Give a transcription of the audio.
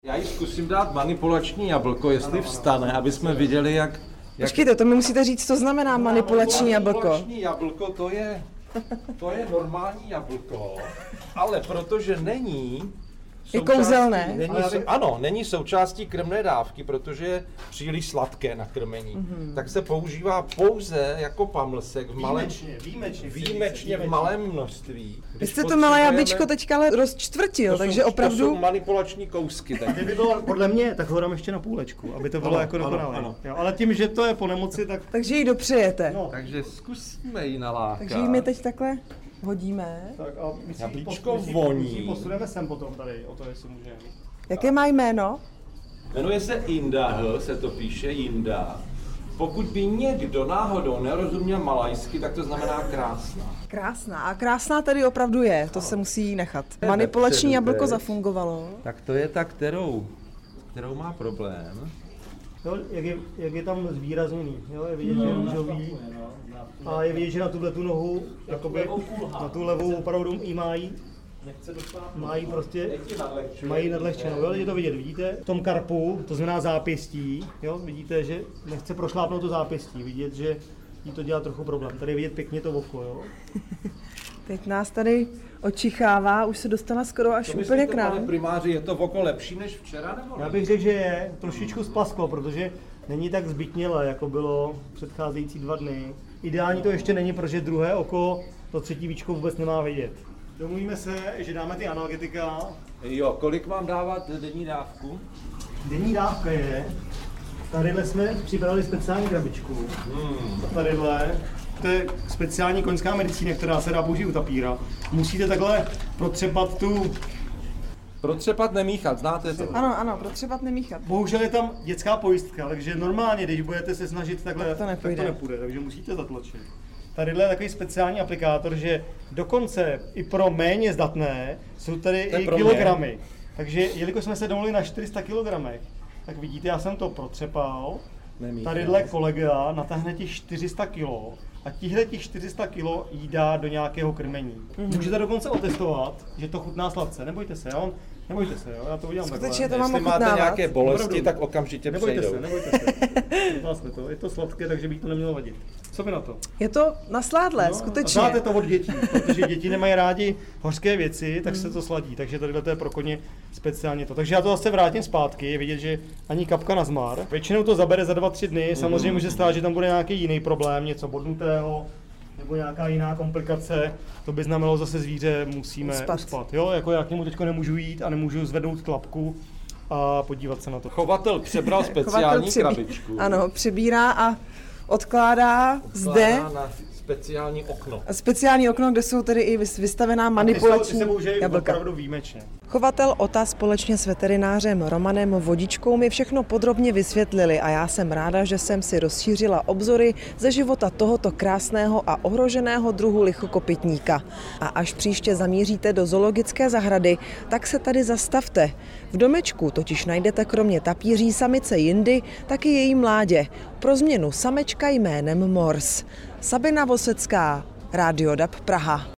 Já jí zkusím dát manipulační jablko, jestli vstane, aby jsme viděli, jak... Počkejte, to mi musíte říct, co znamená manipulační jablko. Manipulační jablko, to je normální jablko, ale protože není... Je kouzelné. Není součástí krmné dávky, protože je příliš sladké na krmení. Tak se používá pouze jako pamlsek výjimečně v malém množství. Vy jste to malé jablíčko teďka ale rozčtvrtil, takže opravdu... To jsou manipulační kousky. Kdyby bylo podle mě, tak ho dám ještě na půlečku, aby to bylo jako dokonalé. Ale tím, že to je po nemoci, tak... Takže ji dopřejete. No. Takže zkusíme ji nalákat. Takže ji my teď takhle hodíme. Tak a my si jablíčko voní. Posuneme sem potom tady, o to jestli můžeme. Jaké má jméno? Jmenuje se Indahl, se to píše Jinda. Pokud by někdo náhodou nerozuměl malajsky, tak to znamená krásná. Krásná. A krásná tady opravdu je, to se musí nechat. Manipulační jablko zafungovalo. Tak to je ta, kterou má problém. Jo, jak je tam zvýrazněný, jo, je vidět, že je růžový a je vidět, že na tu nohu, jakoby, na tu levou opravdu jí mají nadlehčenou, jo, je to vidět, vidíte, v tom karpu, to znamená zápěstí, jo, vidíte, že nechce prošlápnout to zápěstí, vidět, že jí to dělá trochu problém, tady je vidět pěkně to oko, jo. Teď nás tady očichává, už se dostala skoro až úplně k nám. Pane primáři, je to oko lepší než včera, nebo ne? Já bych řekl, že je trošičku splasklo, protože není tak zbytnělé, jako bylo předcházející 2 dny. Ideální to ještě není, protože druhé oko to třetí víčko vůbec nemá vidět. Domluvíme se, že dáme ty analgetika. Jo, kolik mám dávat denní dávku? Denní dávka je, tadyhle jsme připravili speciální krabičku. Tadyhle. To je speciální koňská medicína, která se dá použít u tapíra. Musíte takhle protřepat tu... Protřepat nemíchat, znáte to? Ano, protřepat nemíchat. Bohužel je tam dětská pojistka, takže normálně, když budete se snažit takhle, tak to nepůjde, takže musíte zatlačit. Tadyhle je takový speciální aplikátor, že dokonce i pro méně zdatné jsou tady i kilogramy. Takže jelikož jsme se domluvili na 400 kg, tak vidíte, já jsem to protřepal. Tadyhle kolega natáhne těch 400 kg a těch 400 kg jí dá do nějakého krmení. Můžete dokonce otestovat, že to chutná sladce, nebojte se, jo? Já to udělám takhle. Skutečně to mám Jestli máte nějaké bolesti, tak okamžitě přejdou. Nebojte se. Je to sladké, takže by to nemělo vadit. Co by na to? Je to nasládlé, skutečně. A znáte to od dětí, protože děti nemají rádi hořké věci, tak se to sladí, takže tady to je pro koně speciálně to. Takže já to zase vrátím zpátky, je vidět, že ani kapka na zmar. Většinou to zabere za 2-3 dny, samozřejmě může stát, že tam bude nějaký jiný problém, něco bodnutého, nebo nějaká jiná komplikace, to by znamenalo zase zvíře musíme uspat. Jo, jako já k němu teďko nemůžu jít a nemůžu zvednout klapku a podívat se na to. Chovatel přebral speciální krabičku. Ano, přebírá a odkládá zde na speciální okno. Speciální okno, kde jsou tedy i vystavená manipulační jablka. Opravdu výjimečně. Chovatel Ota společně s veterinářem Romanem Vodičkou mi všechno podrobně vysvětlili a já jsem ráda, že jsem si rozšířila obzory ze života tohoto krásného a ohroženého druhu lichokopytníka. A až příště zamíříte do zoologické zahrady, tak se tady zastavte. V domečku totiž najdete kromě tapíří samice Jindy taky její mládě. Pro změnu samečka jménem Mors. Sabina Vosecká, Rádio DAB Praha.